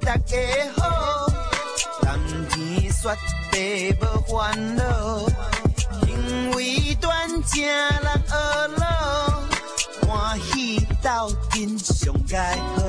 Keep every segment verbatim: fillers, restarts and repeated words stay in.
大家好，甘甜雪白无烦恼，行为端正人学老，欢喜斗阵上佳好。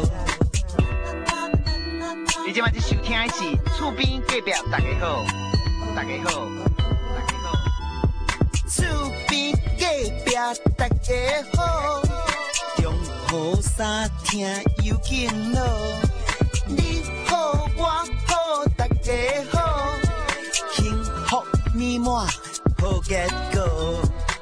你即摆在收听的是厝边隔壁大家好，大家好，大家好，厝边隔壁大家好。中好三听又紧乐，你好我好大家好，幸福美满好结果。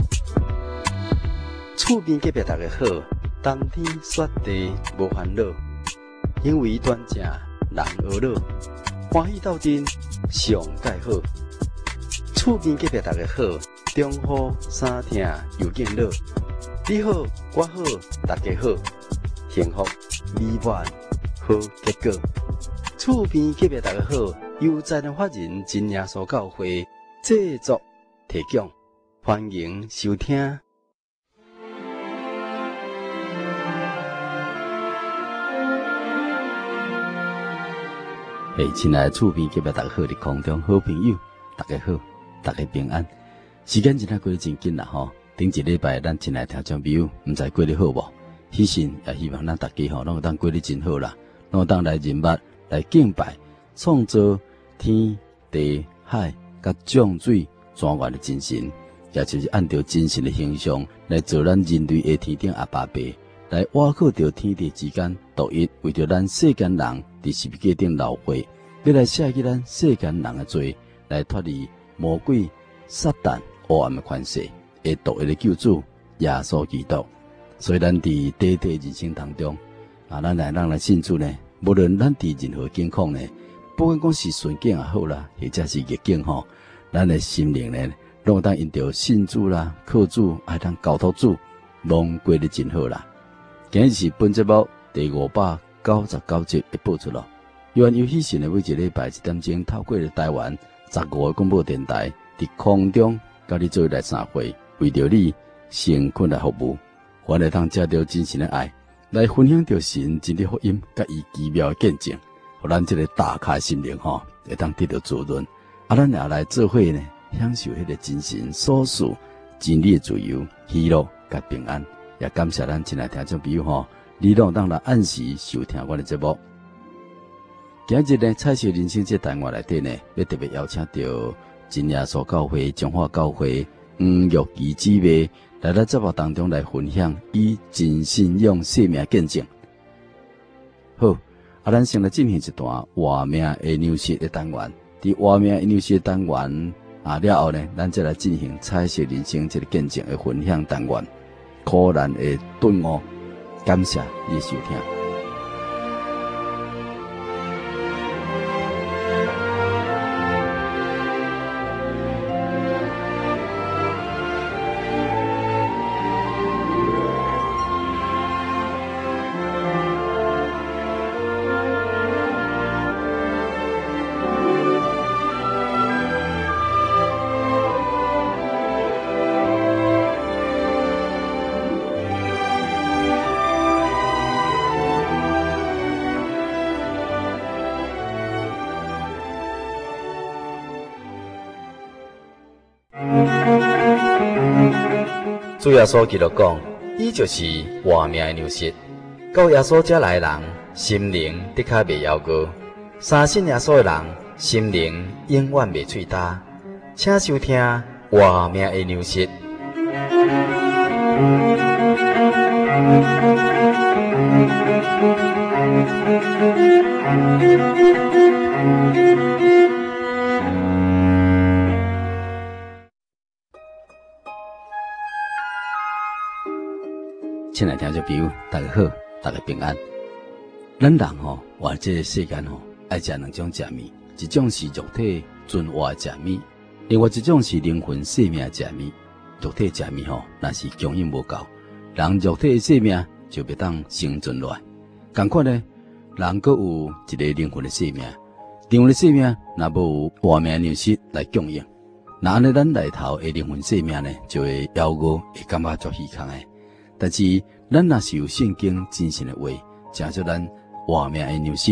厝边隔壁大家好，冬天雪地无烦恼，行为端正人学老，欢喜斗阵上介好。厝边隔壁大家好，中好三听又紧乐。你好，我好，大家好，幸福美满好结果。厝边隔壁大家好，由在人法人真耶稣教会制作提供，欢迎收听。嘿，亲爱的厝边隔壁大家好，伫空中好朋友，大家好，大家平安。时间真係過得真緊啦吼！頂一禮拜咱親愛聽眾朋友，唔知過得好無？喜訊也希望咱大家吼，攏有當過得真好啦，攏有當來認捌來敬拜，創造天地海甲眾水全源的真神，也就是按照真神的形象來做咱人類的天頂阿爸爸，來挖靠着天地之間獨一，為着咱世間人佇十字架頂流血，要來赦去咱世間人的罪，來脫離魔鬼撒旦黑暗的權勢。會獨一的救主耶穌基督，所以咱佇短短人生當中，啊，咱來讓來信主呢，無論咱佇任何境況呢，不管講是順境也好啦，或者是逆境吼，咱的心靈呢，攏當因着信主啦、靠主、愛當交託主，攏過得真好啦。今日是本節目第五百九十九集會播出咯。有緣有喜訊的每一禮拜一點鐘，透過台灣十五個廣播電台佇空中，甲你做來三會。為着你誠懇來服務，我來通借着真神的愛，來分享着神真理福音，甲伊奇妙的見證，互咱這個打開心靈吼，會當得到滋潤。啊，咱也來做伙呢，享受迄個真神所賜真理的自由、喜樂甲平安。也感謝咱親愛聽眾朋友吼，你攏當來按時收聽我的節目。今日呢，彩色人生這單元內底呢，要特別邀請到真耶穌教會、彰化教會。黃玉琪姊妹來到節目當中來分享以真信仰生命見證。好，啊，咱先來進行一段活命的糧食的單元。佇活命的糧食單元啊了後呢，咱再來進行彩色人生這個見證的分享單元。苦難的頓悟，感謝你的收聽。主耶穌基督講，伊就是活命的糧食。到耶穌這來的人，心靈的確袂夭餓；相信耶穌的人，心靈永遠袂喙焦。請收聽活命的糧食。亲爱听众朋友，大家好，大家平安。咱人吼，活这个世间吼，爱食两种食物，一种是肉体存活的食物，另外一种是灵魂生命的食物。肉体食物吼，若是供应无够，人肉体的生命就袂当生存落来。同款呢，人阁有一个灵魂的生命，灵魂的生命若无有活命粮食来供应，那安尼咱内头的灵魂生命呢，就会夭餓，会感觉足虚空的。但是咱若是有圣经真神的话，正做咱活命的粮食，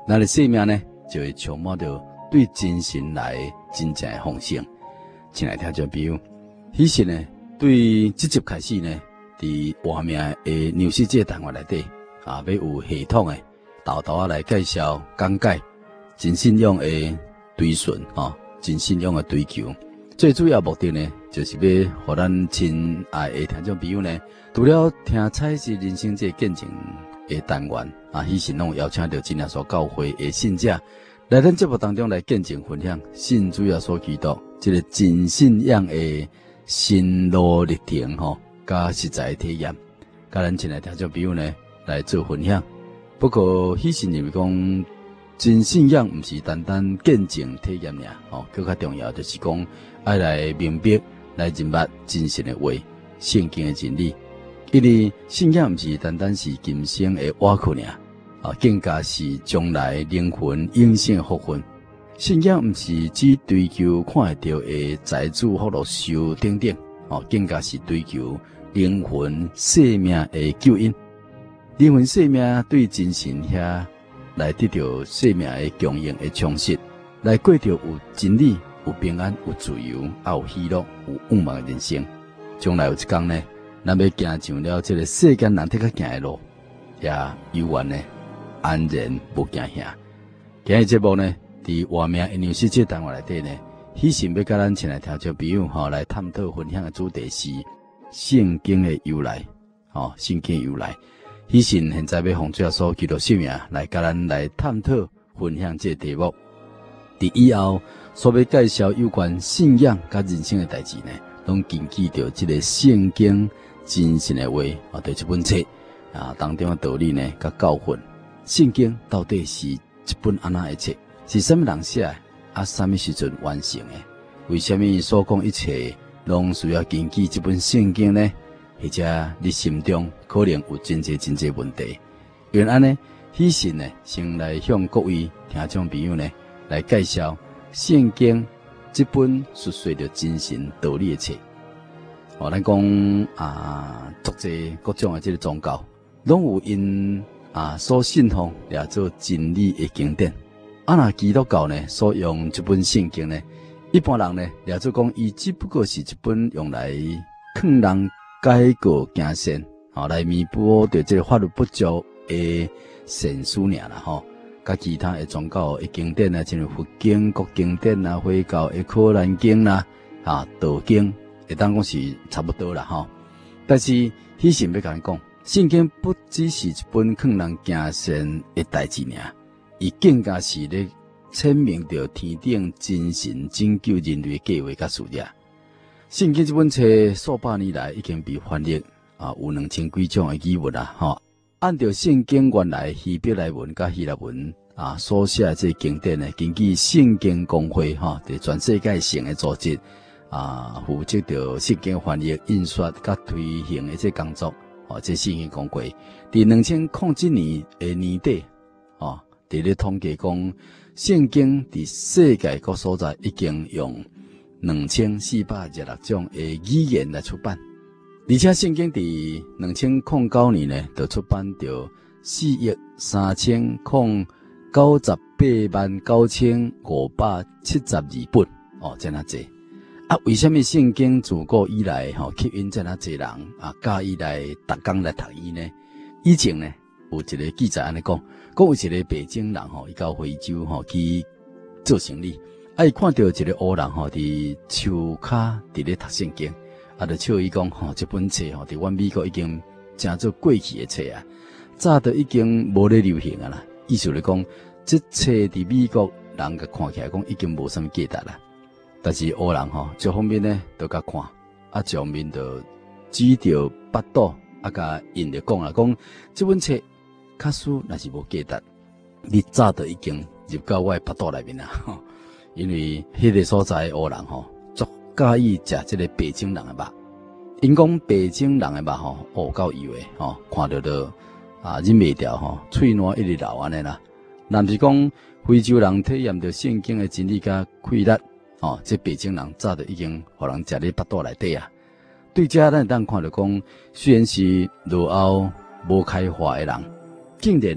咱的生命呢，就会充满着对真神来真正的丰盛。亲爱的听众朋友，其实呢，对这集开始呢，伫画面的牛世界单元内底啊，要有系统的豆豆啊来介绍讲解真信仰的追寻啊，真信仰的追求。最主要目的呢，就是要互咱亲爱的听众朋友呢，除了听彩是人生这见证的单元啊，迄时拢邀请到真耶稣教会的信者来咱节目当中来见证分享信主耶稣基督这个真信仰的心路历程吼，加实在的体验，甲咱亲爱的听众朋友呢来做分享。不过，迄时认为讲真信仰毋是单单见证体验尔，吼，更较重要就是讲爱来明白、来认捌真神的话、圣经的真理。因为信仰毋是单单是今生的瓦靠尔，啊，更加是将来灵魂永生的福分。信仰毋是只追求看会到的财主福禄寿等等，哦，更加是追求灵魂生命的救恩。灵魂生命对真神遐来得到生命的供应的充实，来过着有真理、有平安、有自由、也有喜乐、有往梦的人生。将来有一天呢，咱要行上了这个世间人得较行的路，也永远呢安然无惊吓。今日节目呢，伫画面的牛世界单元内底呢，喜神要甲咱前来听众朋友吼来探讨分享的主题是圣经的由来，吼，圣经的由来。喜神现在要奉主耶稣基督圣名来甲咱来探讨分享这个题目。伫以后所要介绍有关信仰甲人生的代志呢，拢根据着这个圣经真神的话啊，对这本册啊当中的道理呢，甲教训。圣经到底是一本安怎的册？是什么人写的？啊，什么时阵完成的？为什么所讲一切拢需要根据这本圣经呢？或者你心中可能有真侪真侪问题，原安呢？喜神呢，先来向各位听众朋友呢来介绍圣经这本述说着真神道理的册。哦，咱讲啊，足侪各种的这个宗教，拢有因啊所信奉掠做真理的经典。啊，那基督教呢，所用这本圣经呢，一般人呢掠做讲，伊只不过是一本用来劝人改过行善，吼，来弥补着这个法律不足的善事尔啦，吼。甲其他的宗教的经典啊，像佛经、国经典啊、回教的可兰经啦、啊道经，会当讲是差不多啦，吼。但是喜神要甲咱讲，圣经不只是一本劝人行善的代志尔，伊更加是咧阐明着天顶真神拯救人类计划甲事业。圣经这本册数百年来已经被翻译啊，有两千几种的语文啦，吼。按照圣经原来希伯来文甲希腊文啊所写这经典呢，根据圣经公会哈，伫全世界性的组织啊，负责着圣经翻译、印刷甲推行的这工作哦，这圣经公会伫两千零一年的年底哦，伫咧统计讲，圣经伫世界各所在已经用两千四百二十六种的语言来出版。而且圣经伫两千零九年呢，就出版着四亿三千零九十八万九千五百七十二本哦，真啊济啊！为什么圣经自古以来吼、哦、吸引真啊济人啊，介意来逐工来读伊呢？以前呢有一个记载安尼讲，讲有一个北京人吼、哦，伊到非洲吼、哦、去做生意，啊伊看到一个黑人吼伫树骹伫咧读圣经。啊，就笑伊讲吼，这本册吼，伫阮美国已经成做过去的册啊，早都已经无咧流行啊啦。意思来讲，这册伫美国人甲看起来讲已经无什么价值啦。但是黑人吼，这方面呢都甲看，啊上面就指着巴肚，啊甲因着讲啦，讲这本册假使若是无价值，你早都已经入到我的巴肚内面啦。因为迄个所在的黑人吼。介意食这个北京人的肉，因讲北京人的肉吼，哦够油的吼，看到都啊忍袂掉吼，喙烂一直流安尼啦。但是讲非洲人体验着圣经的真理甲快乐，哦，这北京人早就已经互人食咧巴肚内底啊。对遮咱当看到讲，虽然是落后无开化的人，竟然呢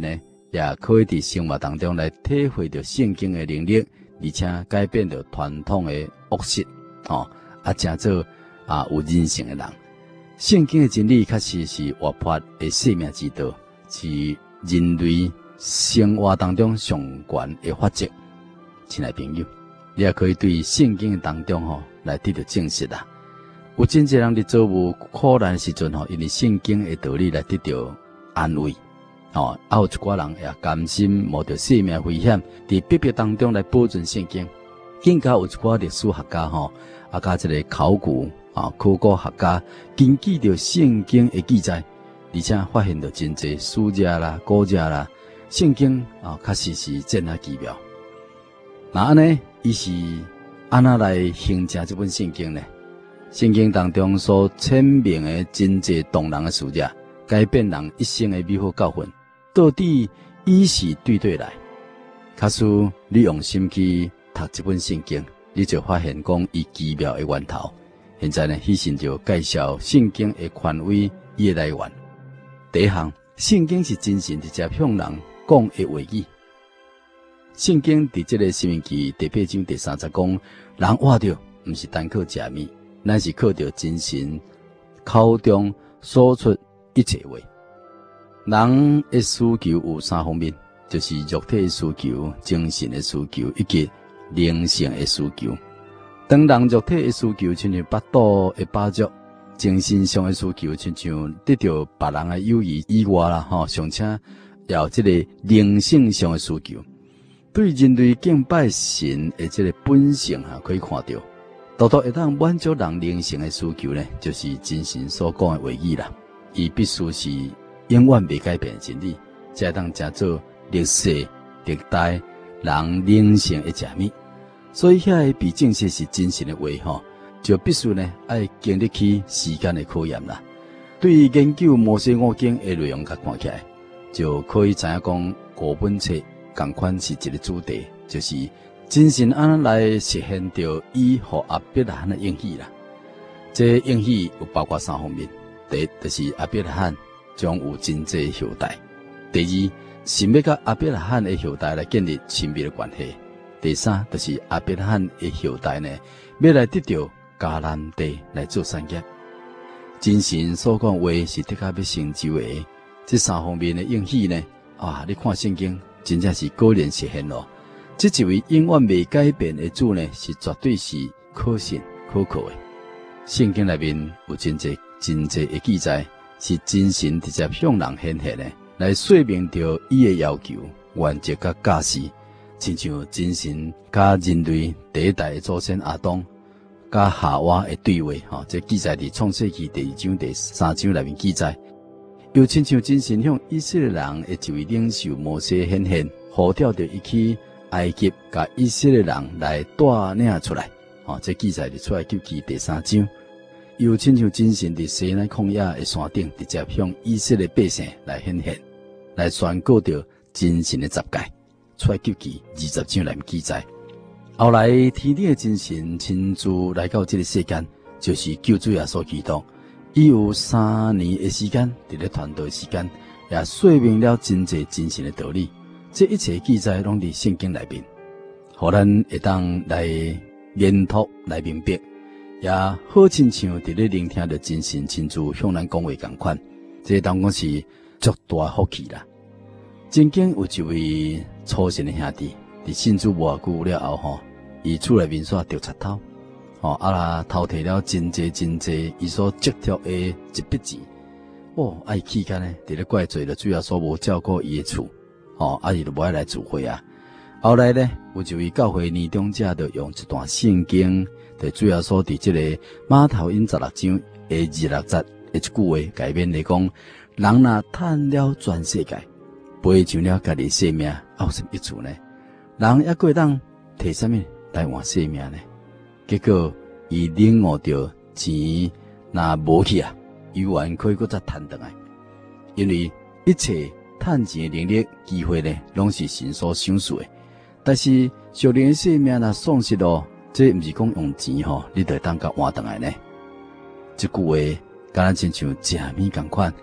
也可以伫生活当中来体会到圣经的能力，而且改变着传统的恶习，哦，啊，成做啊有人性的人。圣经的真理确实是活泼的生命之道，是人类生活当中上悬的法则。亲爱朋友，你也可以对圣经当中吼、哦、来得到证实啦。有真侪人伫遭遇苦难的时阵吼，因为圣经的道理来得到安慰。哦，啊有一寡人也甘心冒着生命危险，伫逼迫当中来保存圣经。更加有一寡历史学家吼，啊加这个考古啊考古学家根据着圣经的记载，而且发现到真侪史家啦、古家啦，圣经啊确实是真啊奇妙。那安尼，伊是安那来形成这本圣经呢？圣经当中所阐明的真侪动人的事迹，改变人一生的美好教训，到底以是对对来。假使你用心去读这本圣经，你就发现讲伊奇妙的源头。现在呢，迄时就介绍圣经的权威伊的来源。第一项，圣经是真神直接向人讲的话语。圣经伫这个申命记第八章第三十讲，人活着不是单靠食物，乃是靠着真神口中说出一切话。人的需求有三方面，就是肉体的需求、精神的需求以及灵性的需求。当人肉体的需求亲像腹肚的饱足，精神上的需求亲像得到别人的友谊以外啦，吼，尚且也有这个灵性上的需求。对人类敬拜神的这个本性啊，可以看到，多多会当满足人灵性的需求呢，就是真神所讲的话语啦。伊必须是永远未改变的真理，才当成做历世历代人灵性的食物。所以遐被证实是真神的话吼，就必须呢爱经历起时间的考验啦。对于研究摩西五经的内容甲看起来，就可以知影讲五本册同款是一个主题，就是真神安怎来实现着伊和亚伯拉罕的应许啦。这应许有包括三方面：第一，就是亚伯拉罕将有真济后代；第二，神要甲亚伯拉罕的后代来建立亲密的关系；第三，就是亚伯拉罕的后代呢，要来得到迦南地来做产业。真神所讲话是的确要成就的，这三方面的应许呢，啊，你看圣经。真正是果然实现咯！这一位永远未改变的主呢，是绝对是可信可靠的。圣经内面有真济真济的记载，是真神直接向人显现的，来说明着伊的要求、原则甲假使，亲像真神甲人类第一代的祖先亚当甲夏娃的对话，吼，这记载伫创世纪第二章、第三章内面记载。又亲像真神向以色列人的一位领袖摩西显现，呼召着伊去埃及，甲以色列人来带领出来。哦，这记载伫出埃及记第三章。又亲像真神伫西奈旷野的山顶，直接向以色列百姓来显现，来宣告着真神的十诫。出埃及记二十章内面记载。后来天顶的真神亲自来到这个世间，就是救主耶稣基督。伊有三年的时间，伫咧传道的时间，也说明了真济真神的道理。这一切记载拢伫圣经内面，互咱会当来研读、来明白，也好亲像伫咧聆听着真神亲自向咱讲话共款。这当讲是足大福气啦。曾经有一位初信的兄弟，伫信主无偌久了后吼，伊厝内面煞着贼偷。哦，啊啦，偷摕了真济真济，伊所积蓄的一笔钱，哦，啊伊期间呢，伫咧怪罪了，主要所无照顾伊的厝，哦，啊伊就无爱来聚会啊。后来呢，有一位教会年长者就用一段圣经，就主要所伫这个马太因十六章的二十六节的一句话改编来讲：人若赚了全世界，赔上了家己性命，还有什么益处呢？人还会当摕什么来换性命呢？结果，伊领悟到钱若无去啊，有缘可以搁再赚回来。因为一切赚钱的能力、机会呢，拢是神所赏赐的。但是属灵的生命若丧失咯，这毋是讲用钱吼，你就当甲换回来呢。这句话，敢若亲像食物共款，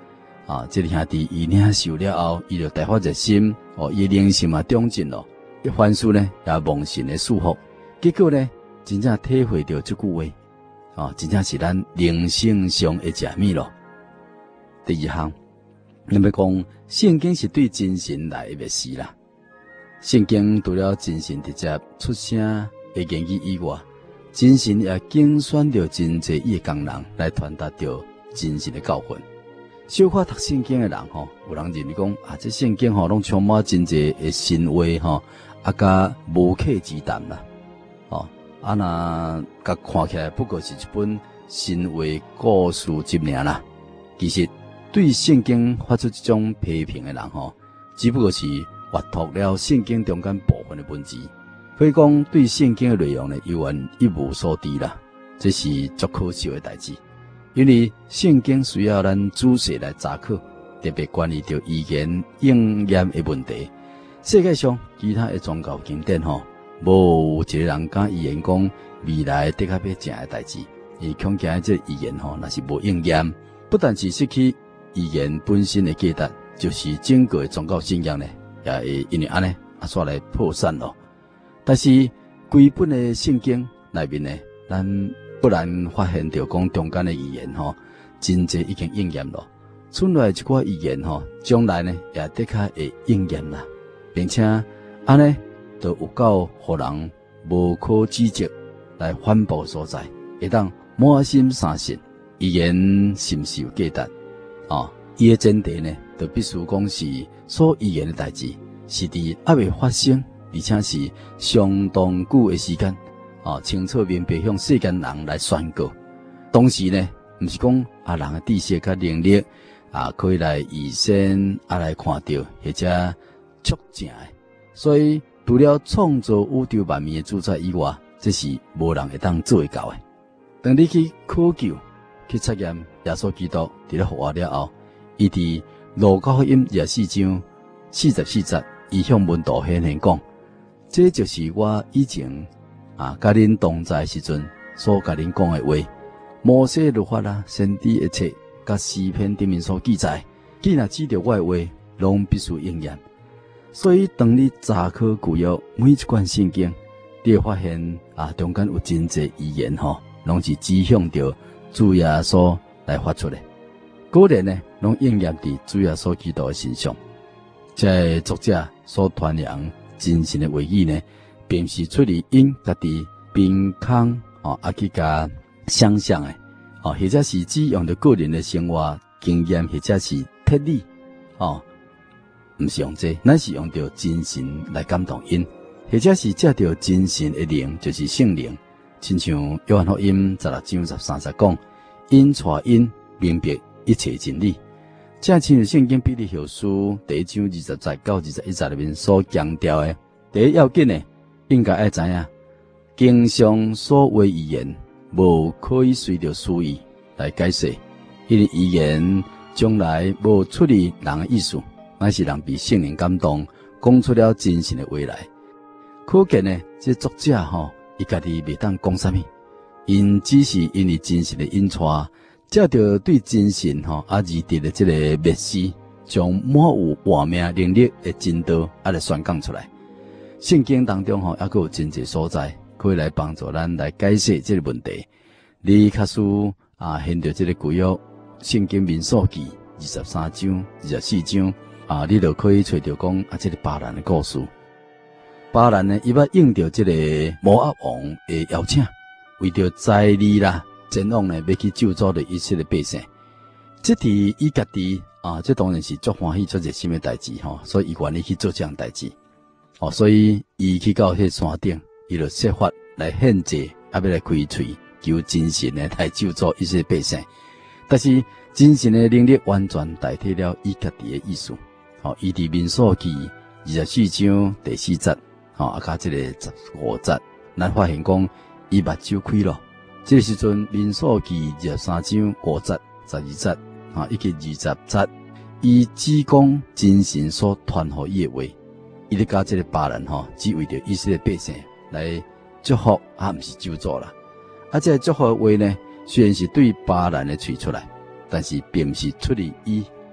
啊，这个兄弟伊领受了后，伊就大发热心，哦，伊灵性嘛长进咯。一凡事呢也蒙神的祝福，结果呢真正体会到这句话，啊，真正是咱灵性上的食物咯。第二项，咱要讲圣经是对真神来的启示啦。圣经除了真神直接出声的言语以外，真神也竞选着真侪伊的工人来传达着真神的教训。小可读圣经的人吼，有人认为讲啊，这圣经吼拢充满真侪的神话吼，啊甲无稽之谈啦，哦，啊那甲看起来不过是一本神话故事集尔啦。其实对圣经发出这种批评的人吼，只不过是阅读了圣经中间部分的文字，可以讲对圣经的内容呢，犹原一无所知啦。这是足可笑的代志。因为圣经需要咱仔细来查考，特别关于着预言应验的问题。世界上其他的宗教经典吼，无有一个人敢预言讲未来的确要成的代志。而恐惊这预言吼，若是无应验，不但是失去预言本身的价值，就是整个的宗教信仰呢，也会因为安尼啊煞来破产咯。但是规本的圣经内面呢，咱不然发现到讲中间的预言吼，真侪已经应验了。剩来一寡预言吼，将来呢也的确会应验啦，并且安尼都有够互人无可指责来反驳所在，会当满心相信预言是毋是有价值啊？伊的前提呢，就必须讲是所预言的代志是伫还未发生，而且是相当久的时间。啊，清楚明白向世间人来宣告，同时呢，毋是讲啊人的知识甲能力啊可以来预先啊来看到或者促成的，所以除了创造宇宙万物的主宰以外，这是无人会当做会到的。当你去考究、去测验耶稣基督伫咧复活了后，伊伫路加福音廿四章四十四节，伊向门徒显现讲，这就是我以前。啊，甲恁同在时阵所甲恁讲的话，摩西律法啦、先知一切，甲诗篇顶面所记载，既然记着我的话，拢必须应验。所以，当你查考旧约每一卷圣经，你会发现啊，中间有真侪预言吼，拢是指向着主耶稣来发出的。果然呢，拢应验伫主耶稣基督的身上。这作者所传扬真神的话语呢，并是出于因家己凭空哦，啊去甲想象的哦，或者是只用着个人的生活经验，或者是特例哦，毋是用这，咱是用着真神来感动因，或者是借着真神的灵，就是圣灵，亲像约翰福音十六章十三节讲，因带因明白一切真理。正亲像圣经彼得后书第一章二十节到二十一节里面所强调的，第一要紧的。应该爱知影，经上所谓预言，无可以随着私意来解释，因为预言将来无出于人的意思，乃是人被圣灵感动，讲出了真神的话来。可见呢，这作者吼，伊家己未当讲啥物，因只是因为真神的引带，借着对真神吼啊而得的这个密示，将满有活命能力的真道啊来宣讲出来。圣经当中吼，还佫有真侪所在，可以来帮助咱来解释这个问题。你卡书啊，现着这个旧约圣经民数记二十三章、二十四章啊，你就可以找到讲啊，这个巴兰的故事。巴兰呢，伊捌应着这个摩押王的邀请，为着财利啦，前往呢要去救助的以色列百姓。这伫伊家己啊，这当然是足欢喜、足热心的代志吼，所以伊愿意去做这样代志。哦，所以伊去到迄山顶，伊就设法来献祭，啊，要来开喙求真神呢来救助一些百姓。但是真神的能力完全代替了伊家己的意思。哦，伊伫民数记二十四章第四节，哦，啊加这个十五节，咱发现讲伊目睭开了。这个时阵民数记二十三章五节、十二节，啊，以及二十节，伊只讲真神所传予伊的话。伊咧甲这个巴兰吼，只为着以色列百姓来祝福，啊，毋是救助啦。啊，这个祝福的话呢，虽然是对巴兰的吹出来，但是并毋是出于伊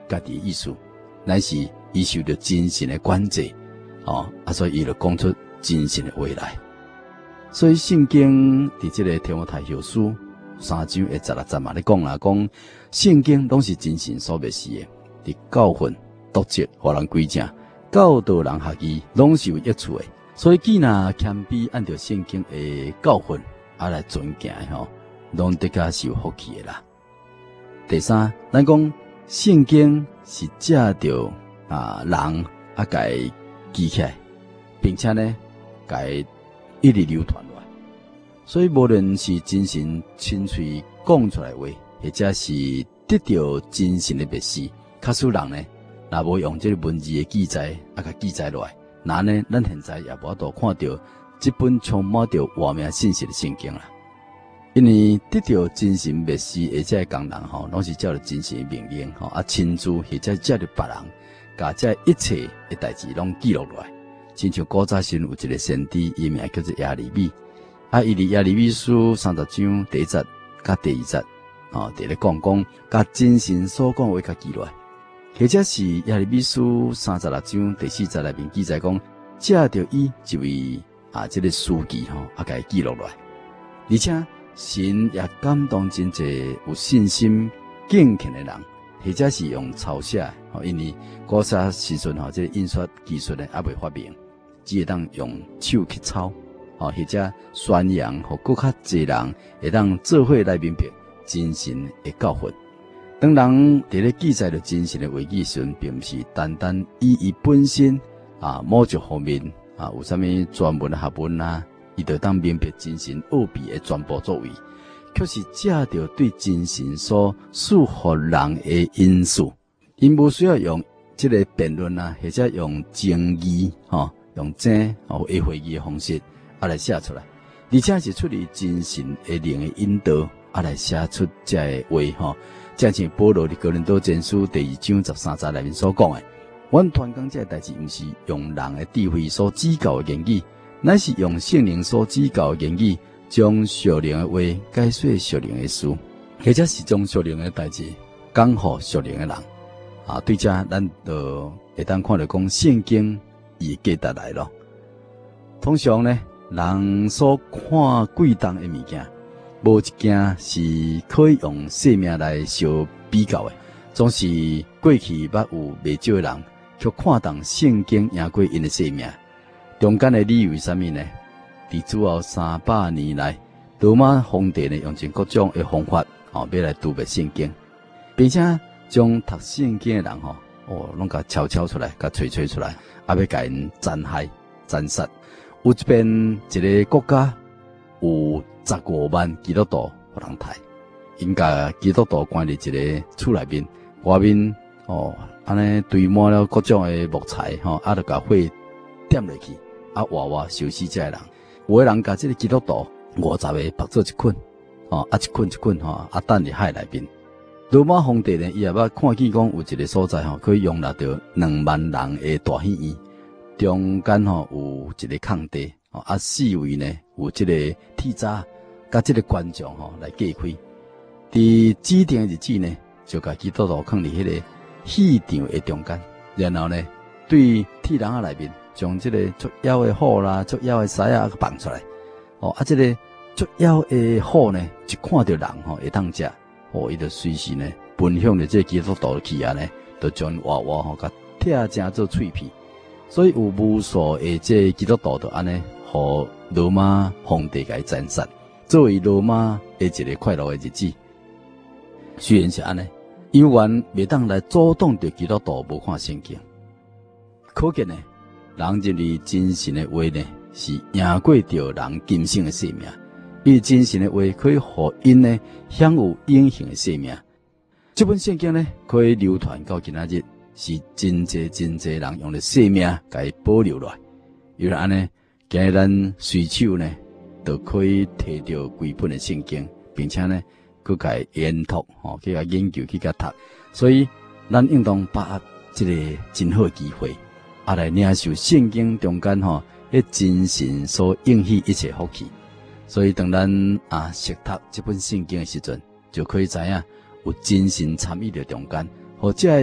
家己的意思，乃是伊受到真神的管制，哦，啊，所以伊就讲出真神的话来。所以圣经伫这个提摩太后书三章一十六节嘛，咧讲啦，讲圣经拢是真神所默示的，伫教训、督责、互人归正、教导人学义，拢是有益处的。所以既若谦卑按照圣经的教训啊来遵行的吼，拢的确是有福气的啦。第三，咱讲圣经是借着啊人啊甲伊记起来，并且呢，甲伊一直流传落来。所以无论是真神亲嘴讲出来的话，或者是得到真神的默示，假使人呢，若无用这个文字的记载啊，甲记载落来，那呢，咱现在也无法度看到这本充满着活命信息的圣经啦。因为得到真神默示而这工人吼，拢是照着真神的命令吼，啊亲自或者照着别人，把这一切的代志拢记录落来。亲像古早时有一个先知，伊名叫做亚利米，啊，伊伫亚利米书三十章第一节甲第二节，吼，伫咧讲讲，甲真神所讲话甲记落来。或者是亚利米书三十六章第四节内面记载讲，借着伊一位啊，这个书记吼，啊，甲伊记录落来，而且神也感动真侪有信心、敬虔的人，或者是用抄写，吼，因为古早时阵吼，这个印刷技术呢还未发明，只会当用手去抄，吼，或者宣扬，互更较侪人会当做伙来明白真神的教训。当人伫咧记载着真神的话语时，并不是单单以伊本身啊某一方面啊有啥物专门学问啊，伊就当明白真神奥秘的全部作为，却是借着对真神所赐予人的因素，因无需要用这个辩论啊，或者用正义吼，用正或会会议的方式啊来写出来，而且是出于真神的灵的引导啊来写出这个话吼。正像保罗伫哥林多前书第二章十三节内面所讲的，阮传讲这个代志，毋是用人的智慧所指教的言语，乃是用圣灵所指教的言语，将属灵的话解说属灵的事，或者是将属灵的代志讲予属灵的人。啊，对这咱就会当看到讲圣经伊价值来咯。通常呢，人所看贵重的物件，无一件是可以用性命来相比较的，总是过去捌有未少的人，却看重圣经赢过因的性命。中间的理由是啥物呢？伫主后三百年来，罗马皇帝呢用尽各种的方法，哦，要来杜别圣经，并且将读圣经的人吼，哦，拢甲敲敲出来，甲吹吹出来，啊，要甲因残害、斩杀。有一边一个国家有十五万基督徒互人杀，因甲基督徒关伫一个厝内面，外面哦，安尼堆满了各种的木材吼，啊，就甲火点落去，啊，活活烧死这个人。有的人甲这个基督徒五十个绑做一捆，哦，啊，一捆一捆吼，啊，等伫海内面。罗马皇帝呢，伊也捌看见讲有一个所在吼，可以容纳到两万人的大戏院，中间吼有一个空地，哦，啊，四围呢有这个铁闸，甲这个观众吼来隔开。伫指定的日子呢，就甲基督徒放伫迄个戏场的中间，然后呢，对铁笼仔内面将这个作妖的虎啦、作妖的狮啊放出来，哦，啊，这个作妖的虎呢，一看到人吼会当食。哦，伊就随时呢，奔向着这基督徒去啊呢，就将娃娃吼甲拆成做脆片，所以有无数的这基督徒就安尼，互罗马皇帝甲伊斩杀，作为罗马的一个快乐的日子。虽然是安尼，因为未当来阻挡着基督徒无看圣经，可见呢，人认为真神的话呢，是赢过着人今生的性命。因为真神的话可以互因呢享有永恒的生命。这本圣经呢可以流传到今仔日，是真侪真侪人用了生命甲伊保留落来。因为安尼，今日咱随手呢就可以摕到规本的圣经，并且呢去甲伊研读，吼，去甲研究，去甲读。所以咱应当把握这个真好机会，啊来领受圣经中间吼，迄真神所应许一切福气。所以，当咱啊熟读这本圣经的时阵，就可以知影有真神参与在中间，或者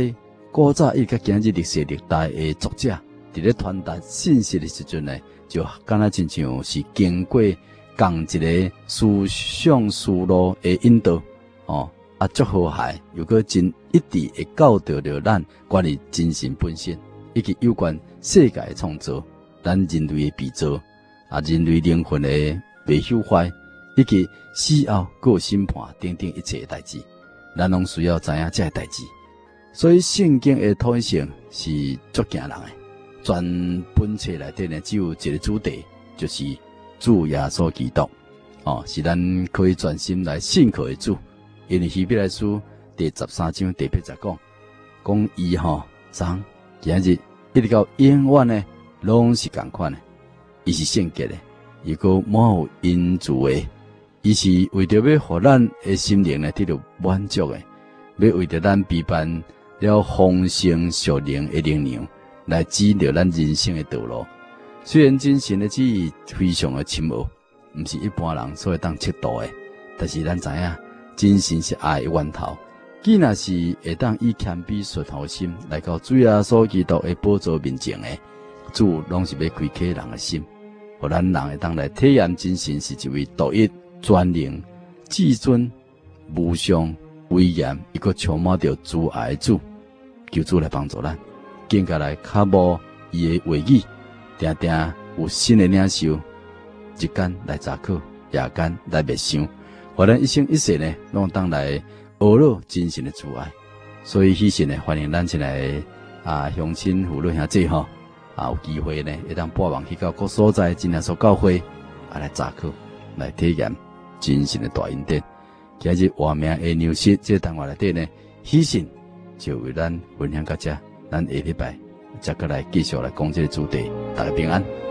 古早伊甲今日历史历代的作者，伫咧传达信息的时阵呢，就敢若亲像是经过共一个思想思路的引导，哦，啊，足和諧，又个真一直会教导着咱关于精神本身，以及有关世界的创造，咱人类的被造，啊，人类灵魂的未朽坏，以及死后个审判等等一切代志，咱拢需要知影这个代志。所以圣经的统一性是足惊人的，全本册内底呢只有一个主题，就是主耶稣基督，哦，是咱可以专心来信靠的主。因为希伯来书第十三章第八节讲，讲伊吼，从今日一直到永远呢，拢是共款的。伊是圣洁的，伊个满有恩慈的，伊是为着要互咱的心灵呢得到满足的，要为着咱陪伴了丰盛属灵的灵粮，来指导咱人生的道路。虽然真神的旨意非常的深奥，毋是一般人所会当测度的，但是咱知影，真神是爱的源头。既若是会当以谦卑顺服心来到主耶稣基督的宝座面前的，主拢是要开启人的心，互咱人会当来体验真神是一位独一、全能、至尊、无上、威严，一个充满着慈爱的主。求主来帮助咱，更加来卡无伊的话语，定定有新的领受，日间来查考，夜间来默想，互咱一生一世呢，拢当来学了真神的慈爱。所以，迄时呢，欢迎咱进来啊，乡亲父老兄弟吼，啊，有机会呢，会当播网去到各所在真耶稣教会啊来查考，来体验真神的大恩典。今日画面的牛舌这单元内底呢，喜信就为咱分享到这，咱下礼拜再过来继续来讲这个主题，大家平安。